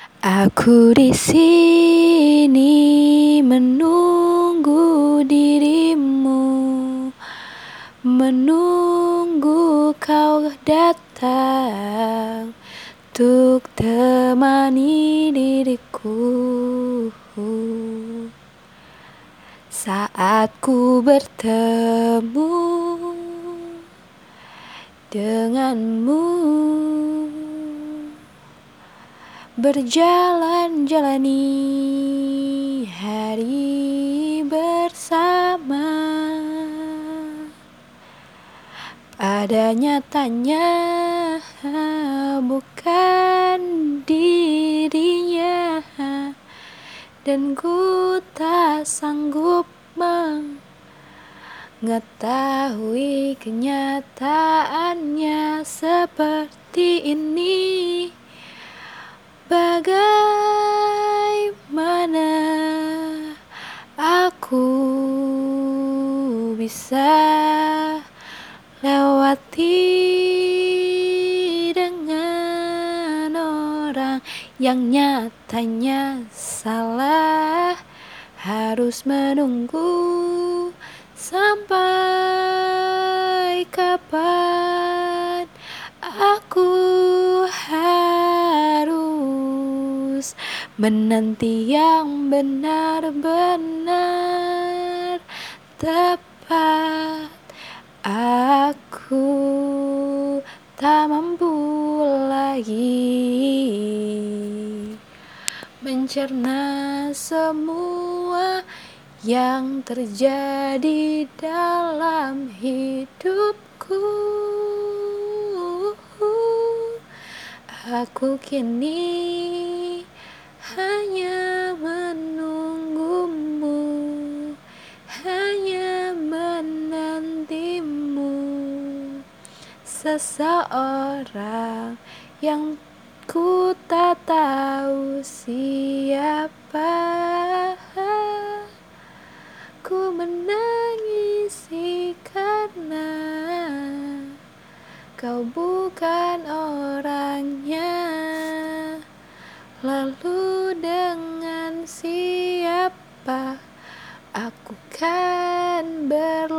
Aku di sini menunggu dirimu, menunggu kau datang untuk temani diriku. Saat ku bertemu denganmu, berjalan-jalani hari bersama. Pada nyatanya bukan dirinya, dan ku tak sanggup mengetahui kenyataannya seperti ini. Bagaimana aku bisa lewati dengan orang yang nyatanya salah, harus menunggu sampai kapan aku harus menanti yang benar-benar tepat. Aku tak mampu lagi mencerna semua yang terjadi dalam hidupku. Aku kini hanya menunggumu, hanya menantimu. Seseorang yang ku tak tahu siapa. Ku menangisi karena kau bukan orangnya. Lalu dengan siapa aku kan